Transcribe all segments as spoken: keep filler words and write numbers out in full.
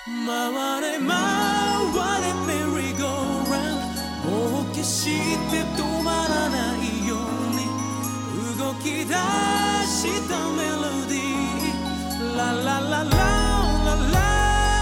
回れ回れメリーゴーラウンドもう決して止まらないように動き出したメロディーララララララ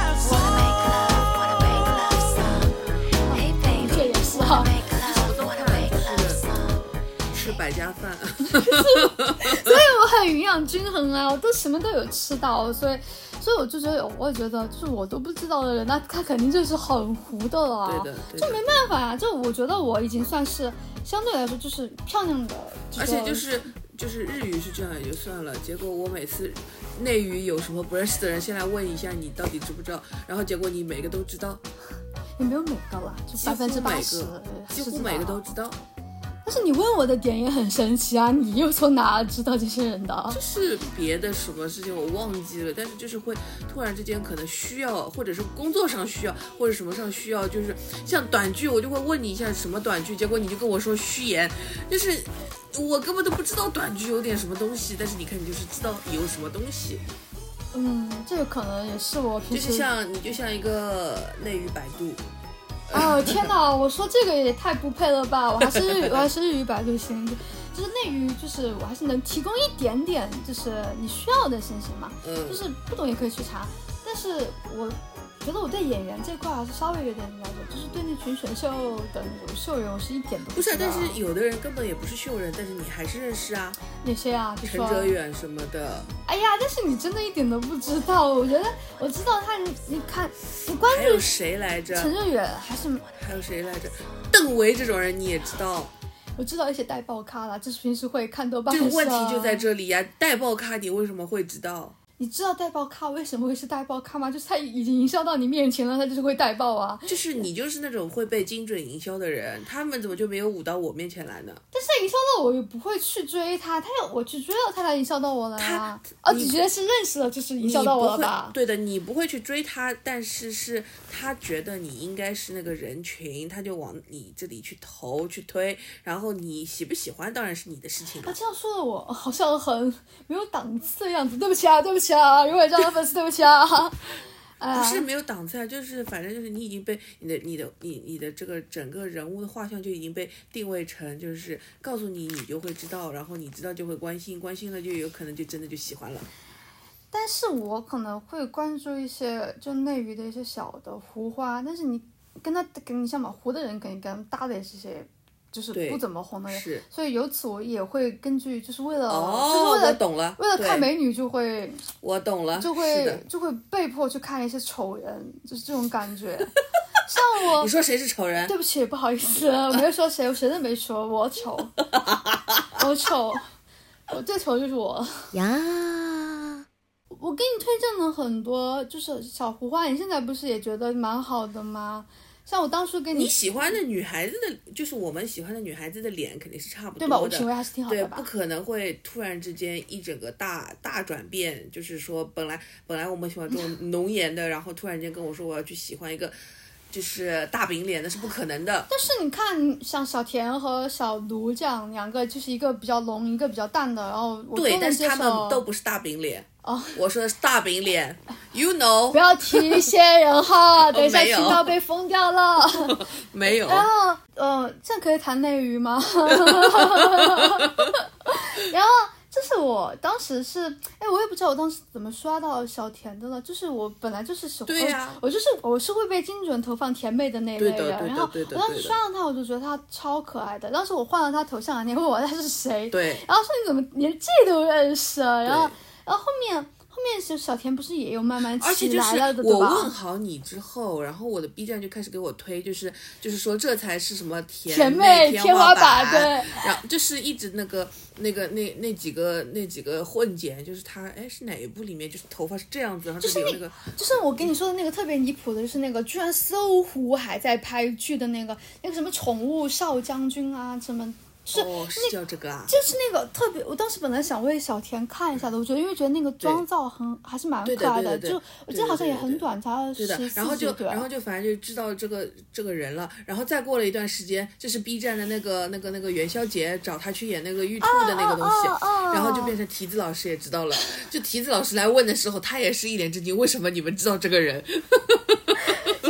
吃百家饭所以我很营养均衡啊，我都什么都有吃到，所以所以我就觉得，我也觉得就是我都不知道的人，那他肯定就是很糊的了， 对的对的就没办法啊，就我觉得我已经算是相对来说就是漂亮的、这个， 而且就是就是日语是这样也就算了，结果我每次内语有什么不认识的人先来问一下你到底知不知道，然后结果你每个都知道， 也没有每个啦，就百分之八十， 几乎每个都知道。 但是你问我的点也很神奇啊，你又从哪知道这些人的？ 就是别的什么事情我忘记了，但是就是会突然之间可能需要，或者是工作上需要，或者什么上需要，就是像短剧，我就会问你一下什么短剧，结果你就跟我说虚言，就是我根本都不知道短剧有点什么东西，但是你看你就是知道有什么东西。 嗯，这个可能也是我平时就是像你就像一个内语百度。 哦天哪！我说这个也太不配了吧！我还是日语，我还是日语百度型，就是内娱，就是我还是能提供一点点，就是你需要的信息嘛。 嗯， 就是不懂也可以去查。但是我觉得我对演员这块还是稍微有点了解，就是对那群选秀的那种秀人，我是一点都不知道。 不是， 但是有的人根本也不是秀人，但是你还是认识啊。 哪些啊？比如说陈哲远什么的。 哎呀，但是你真的一点都不知道。我觉得我知道他，你你看，你关注还有谁来着？ 陈哲远还是还有谁来着？邓为这种人你也知道。 我知道一些带爆咖啦，就是平时会看豆瓣。 这个问题就在这里呀、啊，带爆咖你为什么会知道？ 你知道带爆咖为什么会是带爆咖吗？就是他已经营销到你面前了，他就是会带爆啊。 就是你就是那种会被精准营销的人，他们怎么就没有舞到我面前来呢？ 但是他营销到我又不会去追他，他有我去追了他才营销到我了呀。哦，你觉得是认识了就是营销到我了吧？ 对的，你不会去追他，但是是他觉得你应该是那个人群，他就往你这里去投去推，然后你喜不喜欢当然是你的事情了。 他这样说的我好像很没有档次的样子，对不起啊，对不起啊，如果有这样的粉丝，对不起啊。 不是没有档次啊，就是反正就是你已经被你的你的你你的这个整个人物的画像就已经被定位成，就是告诉你你就会知道，然后你知道就会关心，关心了就有可能就真的就喜欢了。 但是我可能会关注一些就内娱的一些小的胡花，但是你跟他跟你像嘛胡的人肯定跟他们搭的也是一些就是不怎么红的人，所以由此我也会根据就是为了、 哦、 就是为了我懂了， 为了看美女就会我懂了， 就会就会被迫去看一些丑人，就是这种感觉。像我， 你说谁是丑人？ 对不起，不好意思，我没有说谁，我谁都没说，我丑，我丑，我最丑就是我呀。 我给你推荐了很多，就是小胡花，你现在不是也觉得蛮好的吗？像我当初给你， 你喜欢的女孩子的，就是我们喜欢的女孩子的脸肯定是差不多的， 对吧？我品味还是挺好的吧。 对，不可能会突然之间一整个大大转变，就是说本来本来我们喜欢这种浓颜的，然后突然间跟我说我要去喜欢一个就是大饼脸，那是不可能的。 但是你看，像小田和小卢这样两个，就是一个比较浓，一个比较淡的，然后我对，但是他们都不是大饼脸。 哦， 我说的是大饼脸 ，you know。 不要提一些人哈，等一下频道被封掉了。 没有。 然后，呃，这样可以谈内娱吗？然后，这是我当时是，哎，我也不知道我当时怎么刷到小甜的了。就是我本来就是喜欢， 对呀、啊， 我就是我是会被精准投放甜妹的那一类人。然后我当时刷到她，我就觉得她超可爱的。当时我换了她头像，你问我她是谁， 对， 然后说你怎么连这都认识啊？然后。然后后面后面是小田不是也有慢慢起来了的， 对吧？我问好你之后，然后我的 B 站就开始给我推，就是就是说这才是什么甜甜妹天花板，对。 然后就是一直那个那个那那几个那几个混剪，就是他哎是哪一部里面就是头发是这样子，然后就是有那个就是我跟你说的那个特别离谱的，就是那个居然搜狐还在拍剧的那个那个什么宠物少将军啊什么。是哦，是叫这个啊， 就是那个特别，我当时本来想为小田看一下的，我觉得因为觉得那个妆造很还是蛮可爱的，就我记得好像也很短，才二十四集， 然后就然后就反正就知道这个这个人了，然后再过了一段时间，这是 B 站的那个那个那个元宵节找他去演那个玉兔的那个东西， 啊啊啊啊、 然后就变成提子老师也知道了，就提子老师来问的时候，他也是一脸震惊，为什么你们知道这个人？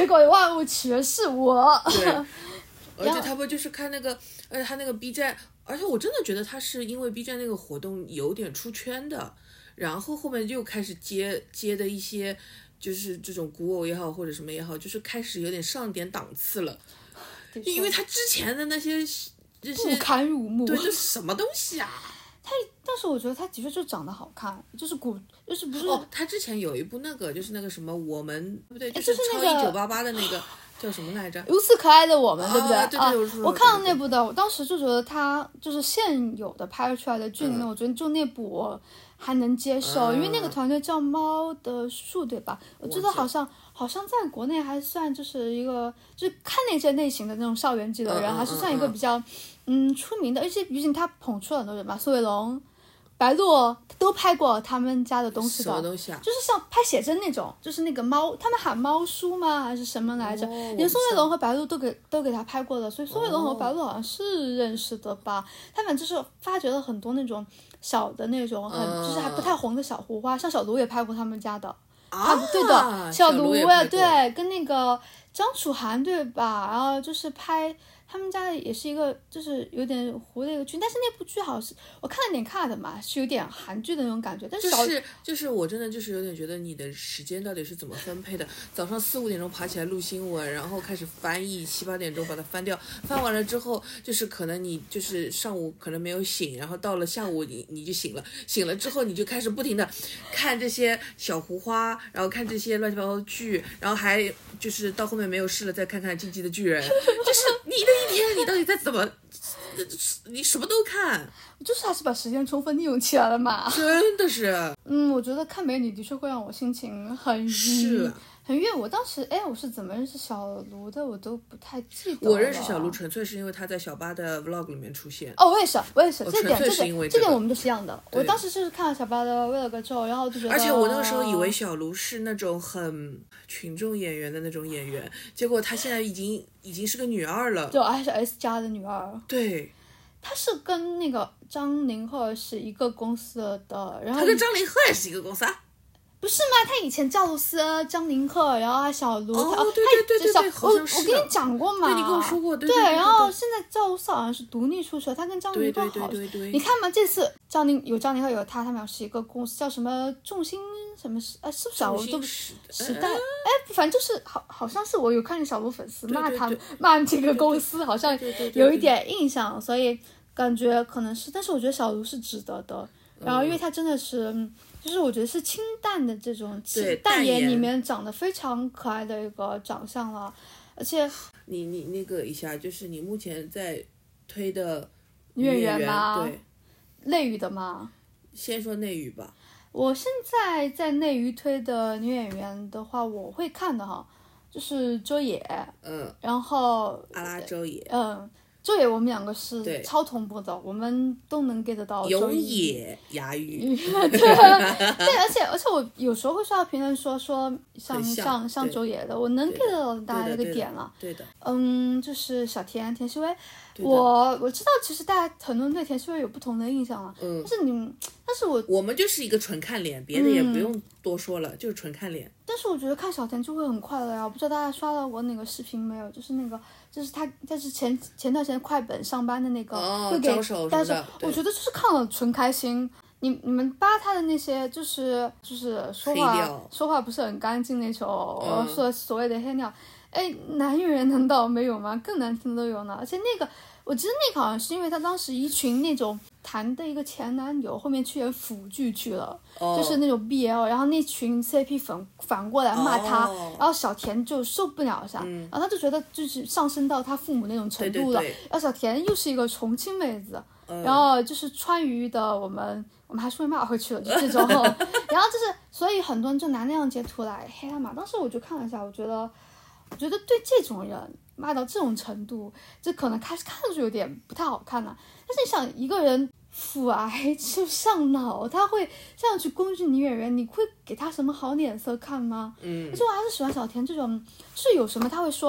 果万物起源是我。 对，而且他不就是看那个，而且他那个 B 站，而且我真的觉得他是因为 B 站那个活动有点出圈的，然后后面又开始接接的一些，就是这种古偶也好或者什么也好，就是开始有点上点档次了，因为他之前的那些这些不堪入目， 对，这什么东西啊？ 他，但是我觉得他的确就长得好看，就是古，就是不是哦，他之前有一部那个就是那个什么我们对不对？就是超一九八八的那个。叫什么来着？ 如此可爱的我们，对不对？ 啊，对对， 啊，我看了那部的，我当时就觉得他就是现有的拍出来的剧里面，我觉得就那部我还能接受，因为那个团队叫猫的树，对吧？我记得好像好像在国内还算就是一个，就是看那些类型的那种校园剧的人，还是算一个比较嗯出名的，而且毕竟他捧出了很多人嘛，苏伟龙。白鹿都拍过他们家的东西的， 什么东西啊？ 就是像拍写真那种，就是那个猫，他们喊猫叔吗？还是什么来着？ 哦、 连宋慧龙和白鹿都给都给他拍过的，所以宋慧龙和白鹿好像是认识的吧？他们就是发掘了很多那种小的那种很、嗯、就是还不太红的小胡花，像小卢也拍过他们家的。 啊， 对的，小卢也对，跟那个张楚涵对吧？然后就是拍。他们家也是一个就是有点糊的一个剧，但是那部剧好像是我看了点 cut 嘛，是有点韩剧的那种感觉。但是就是就是我真的就是有点觉得你的时间到底是怎么分配的？早上四五点钟爬起来录新闻，然后开始翻译，七八点钟把它翻掉，翻完了之后就是可能你就是上午可能没有醒，然后到了下午你你就醒了，醒了之后你就开始不停的看这些小胡花，然后看这些乱七八糟的剧，然后还就是到后面没有事了再看看《进击的巨人》，就是你的。一天你到底在怎么？你什么都看， 就是还是把时间充分利用起来了嘛。 真的是， 嗯，我觉得看美女的确会让我心情很是很悦。我当时哎，我是怎么认识小卢的，我都不太记得了。 我认识小卢纯粹是因为他在小八的 vlog 里面出现。 哦，我也是，我也是， 我这点这点这点我们都是一样的。我当时就是看了小八的 vlog 之后，然后就觉得， 而且我那个时候以为小卢是那种很群众演员的那种演员，结果他现在已经已经是个女二了， 就还是 S 家的女二。 对。 他是跟那个张凌赫是一个公司的，然后他跟张凌赫也是一个公司啊？ 不是吗？他以前赵露思、张凌赫，然后还小卢， 哦， 他对对对对对， 我我跟你讲过嘛， 对你跟我说过，对对对。 然后现在赵露思好像是独立出去了，他跟张凌赫好， 对对对对。 你看嘛，这次张凌有张凌赫有他，他们俩是一个公司，叫什么众星什么时？哎，是不是小卢都时代？哎，反正就是好，好像是我有看见小卢粉丝骂他骂这个公司，好像有一点印象，所以。感觉可能是，但是我觉得小卢是值得的。然后，因为他真的是，嗯、就是我觉得是清淡的这种淡颜里面长得非常可爱的一个长相了。而且， 你你那个一下，就是你目前在推的女演员吗？ 对， 内娱的吗？ 先说内娱吧。 我现在在内娱推的女演员的话，我会看的哈，就是周也， 嗯， 然后阿拉周也， 嗯。周也我们两个是超同步的，我们都能 get 到永野芽郁。 对对，而且而且我有时候会刷到评论说说像像像周也的，我能 get 到大家这个点了。 对的。 嗯，就是小田田曦薇，我我知道其实大家很多人对田曦薇有不同的印象了， 嗯， 但是你，但是我我们就是一个纯看脸，别的也不用多说了，嗯、就是纯看脸。 但是我觉得看小田就会很快乐呀，我不知道大家刷到过那个视频没有，就是那个。就是他，就是前前段时间快本上班的那个， 哦、 会给但是我觉得就是看了纯开心。你你们扒他的那些，就是就是说话说话不是很干净那种，嗯、说所谓的黑料，哎，男艺人难道没有吗？更难听的都有呢。而且那个，我记得那个好像是因为他当时一群那种谈的一个前男友，后面去演腐剧去了， 哦、 就是那种 B L， 然后那群 C P 粉反过来骂他， 哦、 然后小田就受不了一下， 嗯、 然后他就觉得就是上升到他父母那种程度了。 对对对， 然后小田又是一个重庆妹子， 嗯、 然后就是川渝的，我们我们还是会骂回去了，就这种。然后就是，所以很多人就拿那样截图来黑他嘛。当时我就看了一下，我觉得，我觉得对这种人骂到这种程度，这可能开始看上去有点不太好看了。但是你想，一个人腹癌就上脑，他会这样去攻击女演员，你会给他什么好脸色看吗？ 嗯， 而且我还是喜欢小田这种，就是有什么他会说，就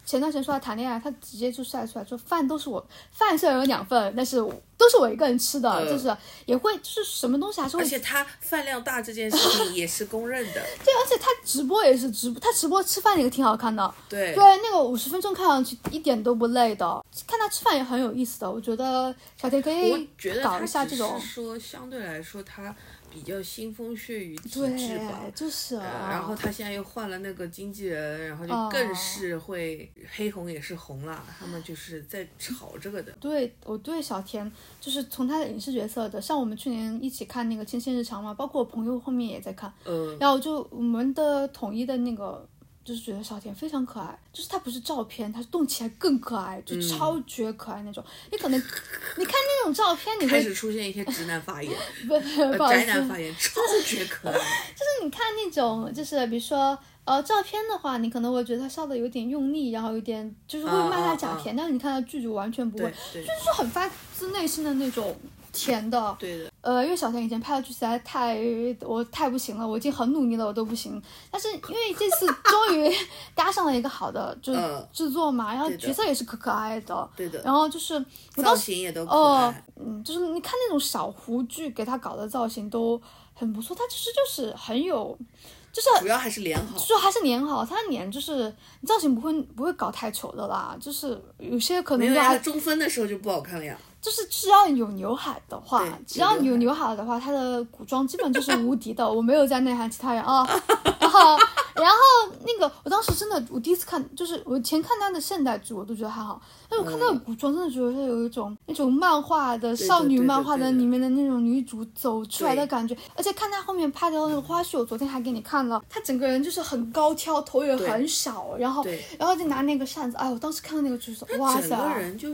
前段时间说他谈恋爱，他直接就晒出来说饭都是我，饭虽然有两份，但是都是我一个人吃的，呃、就是也会就是什么东西还是会。 而且他饭量大这件事情也是公认的。 对，而且他直播也是直播，他直播吃饭那个挺好看的。 对对，那个五十分钟看上去一点都不累的，看他吃饭也很有意思的。我觉得小田可以搞一下这种。 我觉得他只是说相对来说他比较腥风血雨体质吧， 就是、啊呃。然后他现在又换了那个经纪人，然后就更是会、哦、黑红也是红了，他们就是在炒这个的。 对，我对小田就是从他的影视角色的，像我们去年一起看那个《千仙日常》嘛，包括我朋友后面也在看， 嗯， 然后就我们的统一的那个。就是觉得小田非常可爱，就是他不是照片，他动起来更可爱，就超绝可爱那种。嗯、你可能你看那种照片，你会开始出现一些直男发言， 不不宅男发言，超绝可爱。 就是你看那种，就是比如说呃照片的话，你可能会觉得他笑的有点用力，然后有点就是会骂他假甜，啊啊啊但是你看他剧组完全不会，就是说很发自内心的那种。甜的， 对的， 呃，因为小田以前拍的剧实在太，我太不行了，我已经很努力了，我都不行。但是因为这次终于搭上了一个好的就制作嘛，呃、然后角色也是可可爱的， 对的， 然后就是我造型也都可爱， 呃，嗯，就是你看那种小胡剧给他搞的造型都很不错，他其实就是很有。就是主要还是脸好， 就还是脸好，他的脸就是造型不会不会搞太丑的啦，就是有些可能他中分的时候就不好看了呀。 就是只要有刘海的话，只要有刘海的话，他的古装基本就是无敌的。我没有在内涵其他人啊。然后，然后那个，我当时真的，我第一次看，就是我以前看他的现代剧，我都觉得还好，但是我看他的古装，真的觉得他有一种、嗯、那种漫画的少女漫画的里面的那种女主走出来的感觉。而且看他后面拍的那个花絮，我昨天还给你看了，他整个人就是很高挑，头也很小，然后，然后就拿那个扇子，哎，我当时看到那个剧的时候，哇塞， 整个人就是。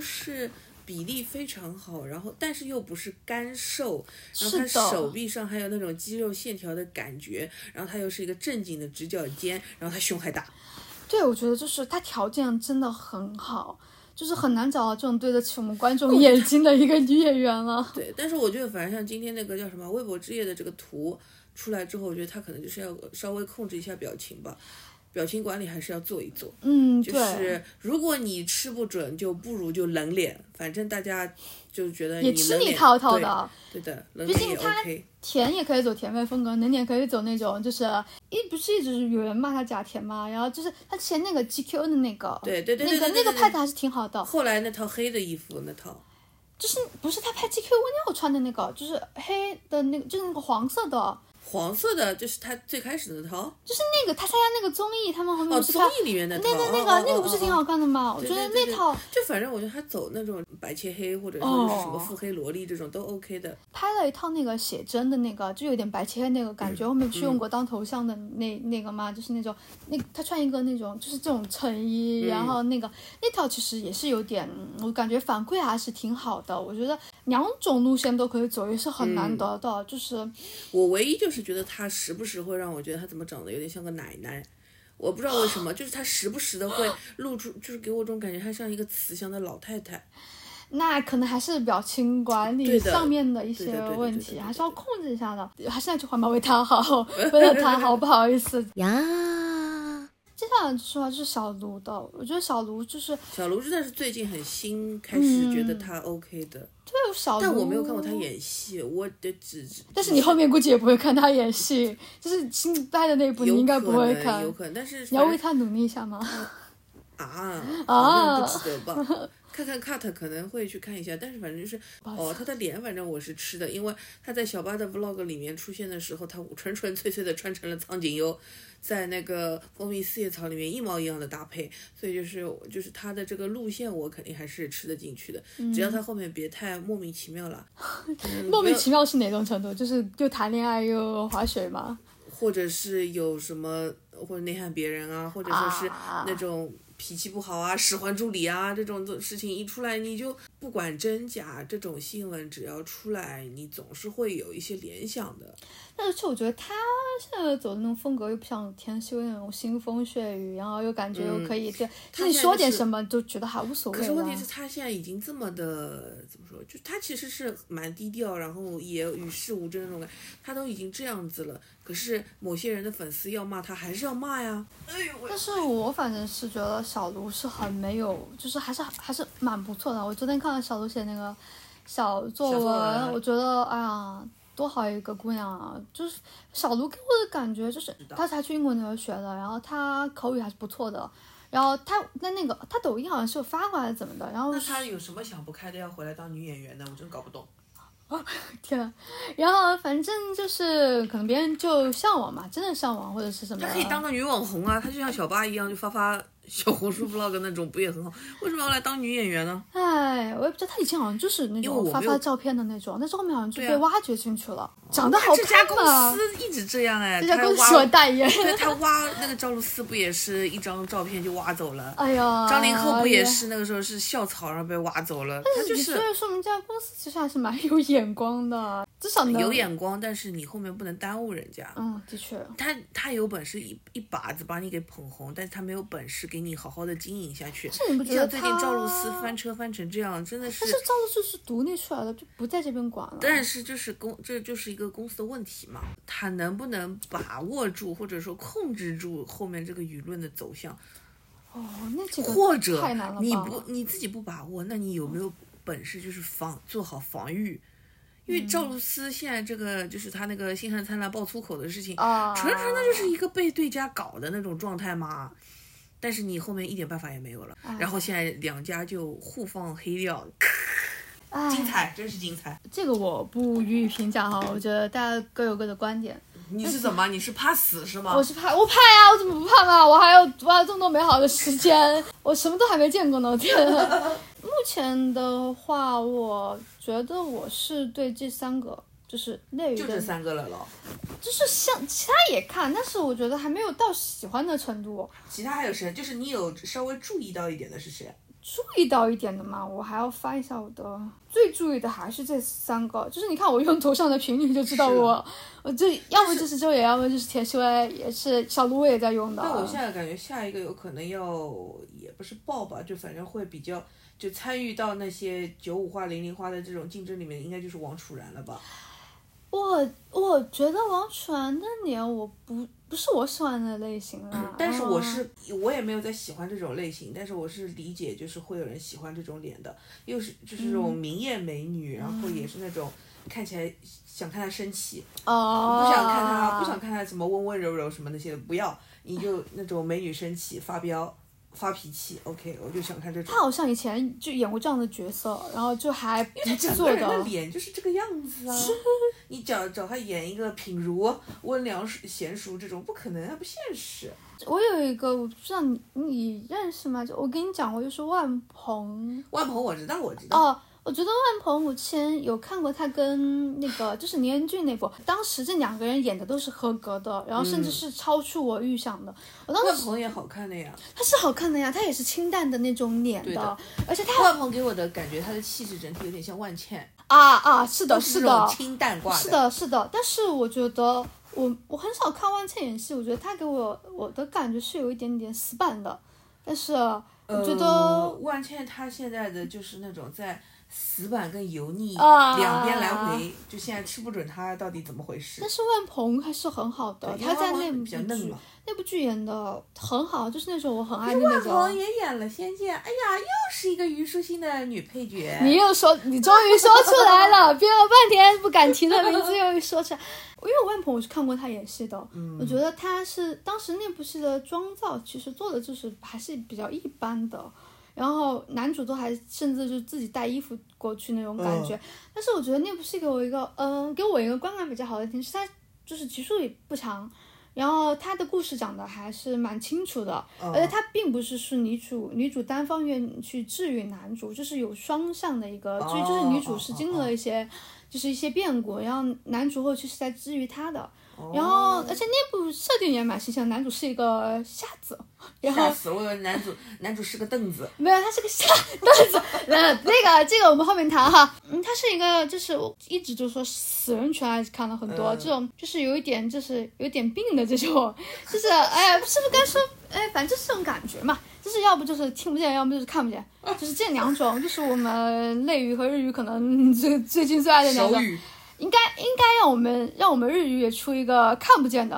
比例非常好，然后但是又不是干瘦，然后他手臂上还有那种肌肉线条的感觉，然后他又是一个正经的直角肩，然后他胸还大。 对，我觉得就是他条件真的很好，就是很难找到这种对得起我们观众眼睛的一个女演员了。 对，但是我觉得反正像今天那个叫什么微博之夜的这个图出来之后，我觉得他可能就是要稍微控制一下表情吧。表情管理还是要做一做， 嗯， 就是如果你吃不准，就不如就冷脸，反正大家就觉得你也吃力套套的， 对, 对的，冷脸也 OK。 甜也可以走甜妹风格，冷脸可以走那种，就是一不是一直有人骂他假甜嘛，然后就是他之前那个 G Q 的那个， 对对对对对， 那个那个拍的还是挺好的。 后来那套黑的衣服那套， 就是不是他拍 G Q 温妞穿的那个，就是黑的那个，就是那个黄色的。 黄色的，就是他最开始的那套， 就是那个他参加那个综艺，他们后面不是综艺里面的那个那个、哦、那个不是挺好看的吗？ 哦、 我觉得那套就反正我觉得他走那种白切黑或者说是什么腹黑萝莉这种、哦、都 OK 的。 拍了一套那个写真的那个，就有点白切黑那个感觉，嗯、后面不是用过当头像的那、嗯、那个吗？就是那种那他穿一个那种就是这种衬衣，嗯、然后那个那套其实也是有点，我感觉反馈还是挺好的。我觉得两种路线都可以走，也是很难得的。嗯、就是我唯一就是觉得他时不时会让我觉得他怎么长得有点像个奶奶，我不知道为什么，就是他时不时的会露出，就是给我这种感觉，他像一个慈祥的老太太。 那可能还是表情管理上面的一些问题，还是要控制一下的。还是那句话嘛，为他好，为了他好，不好意思呀。接下来说就是小卢的，我觉得小卢就是小卢真的是最近很新开始觉得他 OK 的。 嗯对，小卢， 但我没有看过他演戏，我的只只。 但是你后面估计也不会看他演戏，就是新拍的那部你应该不会看。 有可能，但是你要为他努力一下吗？ 啊啊， 不值得吧？看看 cut 可能会去看一下，但是反正就是哦，他的脸反正我是吃的，因为他在小八的 vlog 里面出现的时候，他纯纯粹粹的穿成了苍井优，在那个蜂蜜四叶草里面一毛一样的搭配，所以就是就是他的这个路线我肯定还是吃得进去的， 嗯、 只要他后面别太莫名其妙了。 嗯、莫名其妙是哪种程度？就是又谈恋爱又滑雪吗？ 或者是有什么或者内涵别人啊，或者说是那种。脾气不好啊，使唤助理啊，这种事情一出来，你就不管真假，这种新闻只要出来，你总是会有一些联想的。 但是我觉得他现在走的那种风格又不像田曦薇那种腥风血雨，然后又感觉又可以、嗯、对，他你说点什么就觉得还无所谓。 可是问题是他现在已经这么的怎么说，就他其实是蛮低调，然后也与世无争那种感觉，他都已经这样子了。可是某些人的粉丝要骂他，还是要要骂呀。哎呦， 但是我反正是觉得小卢是很没有，就是还是还是蛮不错的。我昨天看了小卢写那个小作文，作文我觉得哎呀。多好一个姑娘啊！就是小卢给我的感觉就是，她才去英国留学的，然后她口语还是不错的，然后她那那个她抖音好像是有发过来怎么的，然后那她有什么想不开的要回来当女演员的？我真搞不懂。 天啊，然后反正就是可能别人就向往嘛，真的向往或者是什么。 她可以当个女网红啊，她就像小八一样，就发发小红书 vlog 那种，不也很好？为什么要来当女演员呢？ 哎，我也不知道，她以前好像就是那种发发照片的那种，但是后面好像就被挖掘进去了，啊、长得好看嘛。 这家公司一直这样哎， 这家公司我代言。 对，他挖那个赵露思不也是一张照片就挖走了？ 哎呀， 张凌赫不也是那个时候是校草然后被挖走了？他就是， 所以说明这家公司其实还是蛮有眼光的。至少能有眼光，但是你后面不能耽误人家。 嗯，的确， 他他有本事一一把子把你给捧红，但是他没有本事给你好好的经营下去。 是你不觉得最近赵露思翻车翻成这样，真的是？ 但是赵露思是独立出来的，就不在这边管了。 但是就是公，这就是一个公司的问题嘛，他能不能把握住或者说控制住后面这个舆论的走向？ 哦，那这个或者太难了吧？ 你不你自己不把握，那你有没有本事就是防做好防御？因为赵露思现在这个就是她那个星汉灿烂爆粗口的事情， 啊， 纯纯的就是一个被对家搞的那种状态嘛。但是你后面一点办法也没有了，然后现在两家就互放黑料，精彩，真是精彩。 这个我不予以评价哈，我觉得大家各有各的观点。 你是怎么？你是怕死是吗？ 我是怕，我怕呀，我怎么不怕嘛？我还有我还有这么多美好的时间，我什么都还没见过呢，天啊！目前的话，我觉得我是对这三个就是内娱的， 就这三个了咯。 就是像其他也看，但是我觉得还没有到喜欢的程度。 其他还有谁？就是你有稍微注意到一点的是谁？ 注意到一点的嘛，我还要发一下我的。最注意的还是这三个，就是你看我用头上的频率就知道我，我这要么就是周也，要么就是田曦薇，也是小卢也在用的。 但我现在感觉下一个有可能要也不是爆吧，就反正会比较就参与到那些九五花零零花的这种竞争里面，应该就是王楚然了吧。 我我觉得王楚然的脸我不不是我喜欢的类型啦、嗯， 但是我是、嗯、我也没有在喜欢这种类型，但是我是理解就是会有人喜欢这种脸的，又是就是这种明艳美女、嗯，然后也是那种看起来想看她升起， 哦， 不想看她不想看她什么温温柔柔什么那些的，不要，你就那种美女升起发飙。发脾气 ，OK， 我就想看这种。 他好像以前就演过这样的角色，然后就还不制作的。整个人的脸就是这个样子啊！你找找他演一个品如、温良贤淑这种，不可能啊，不现实。 我有一个，我不知道你你认识吗？就我跟你讲过，就是万鹏。 万鹏我知道，我知道。 哦。我觉得万鹏，我之前有看过他跟那个就是倪恩俊那部，当时这两个人演的都是合格的，然后甚至是超出我预想的。我当时万鹏也好看的呀， 他是好看的呀，他也是清淡的那种脸 的, 的， 而且他万鹏给我的感觉，他的气质整体有点像万茜啊啊，是的，是的， 清淡挂的， 是的，是的。但是我觉得我我很少看万茜演戏，我觉得他给我我的感觉是有一点点死板的，但是我觉得、呃、 万茜她现在的就是那种在。死板跟油腻、 啊、 两边来回，就现在吃不准他到底怎么回事。 但是万鹏还是很好的，他在那部剧那部剧演的很好，就是那种我很爱的那种。 万鹏也演了《仙剑》，哎呀，又是一个虞书欣的女配角。 你又说，你终于说出来了，憋了半天不敢提的名字又说出来。因为万鹏我是看过他演戏的、嗯，我觉得他是当时那部戏的妆造其实做的就是还是比较一般的。然后男主都还甚至就自己带衣服过去那种感觉、嗯、但是我觉得那部戏给我一个嗯、呃，给我一个观感比较好的点是它就是集数也不长，然后它的故事讲的还是蛮清楚的、嗯、而且它并不是是女主女主单方面去治愈男主，就是有双向的一个治愈、哦、就是女主是经历了一些、哦、就是一些变故，然后男主后期是在治愈她的。然后，而且那部设定也蛮形象，男主是一个瞎子，然后吓死我以为男主男主是个凳子， 没有，他是个瞎凳子。那那个这个我们后面谈哈。嗯，他是一个就是我一直就说死人圈还是看了很多、嗯、这种就是有一点就是有点病的这种，就是哎是不是该说哎反正就是这种感觉嘛，就是要不就是听不见，要么就是看不见，就是这两种，就是我们内娱和日语可能这个最近最爱的两个。应该应该让我们让我们日语也出一个看不见的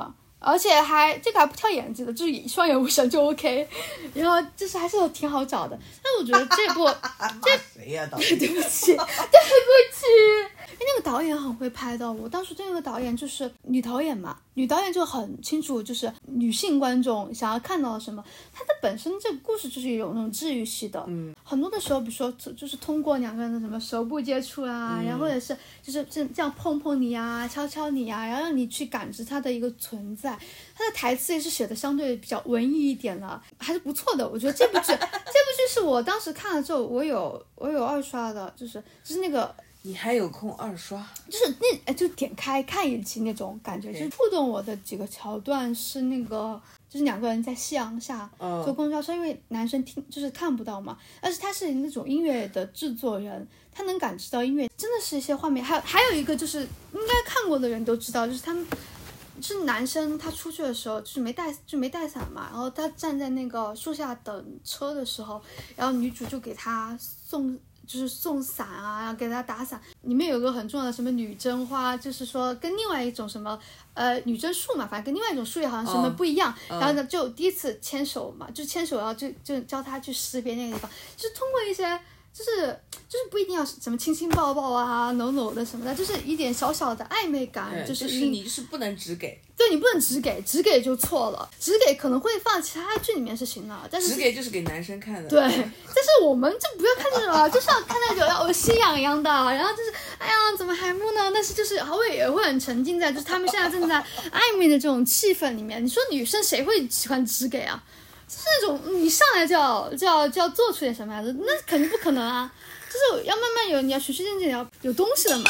而且还这个还不挑颜值的，就是双眼无神就 OK， 然后就是还是挺好找的。但我觉得这部这谁呀、啊？导演对不起，对不起。那个导演很会拍的，我当时对那个导演就是女导演嘛，女导演就很清楚，就是女性观众想要看到什么。她的本身这个故事就是有那种治愈系的，嗯，很多的时候，比如说就是通过两个人的什么手部接触啊，嗯、然后或者是就是这这样碰碰你啊，敲敲你啊，然后让你去感知它的一个存在。她的台词也是写的相对比较文艺一点的，还是不错的。我觉得这部剧，这部剧是我当时看了之后，我有我有二刷的，就是就是那个。 你还有空二刷？ 就是那哎，就点开看一集那种感觉， okay. 就是触动我的几个桥段是那个，就是两个人在夕阳下坐公交车，因为男生听就是看不到嘛，但是他是那种音乐的制作人，他能感知到音乐，真的是一些画面。还有还有一个就是应该看过的人都知道，就是他们就是男生他出去的时候就是没带就没带伞嘛，然后他站在那个树下等车的时候，然后女主就给他送。就是送伞啊，然后给他打伞。里面有个很重要的什么女贞花，就是说跟另外一种什么呃女贞树嘛，反正跟另外一种树叶好像什么不一样。Oh. 然后呢，就第一次牵手嘛，就牵手，然后就就教他去识别那个地方，就是通过一些。就是就是不一定要什么亲亲抱抱啊、搂搂的什么的，就是一点小小的暧昧感， 嗯、 就是就是你是不能只给， 对你不能只给，只给就错了，只给可能会放其他剧里面是行的，但是只给就是给男生看的。 对，但是我们就不要看这种了，就是要看那种要心痒痒的，然后就是哎呀怎么还不呢？但是就是我也会很沉浸在就是他们现在正在暧昧的这种气氛里面。你说女生谁会喜欢只给啊？就是那种你上来就要就要就要做出点什么样子，那肯定不可能啊！就是要慢慢有，你要循序渐进，要有东西的嘛。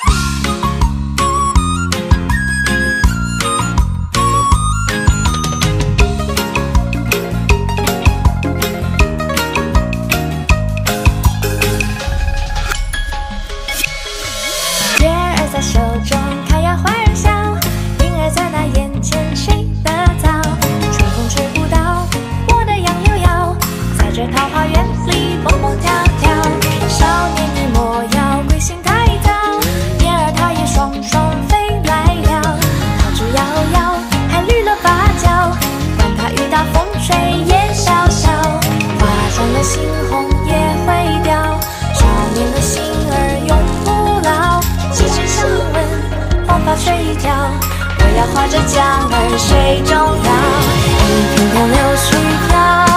月儿在手中开呀花儿笑，云儿在那眼前睡得早，春风吹不到我的杨柳腰，在这桃花源里蹦蹦跳跳，少年你莫要归心太早，燕儿它也双双飞来了，桃枝摇摇还绿了芭蕉，管它雨打风吹也潇潇，花绽了猩红也会掉，少年的心儿永不老，几枝香吻黄发垂髫，我要划着桨儿水中摇，一片片柳絮飘。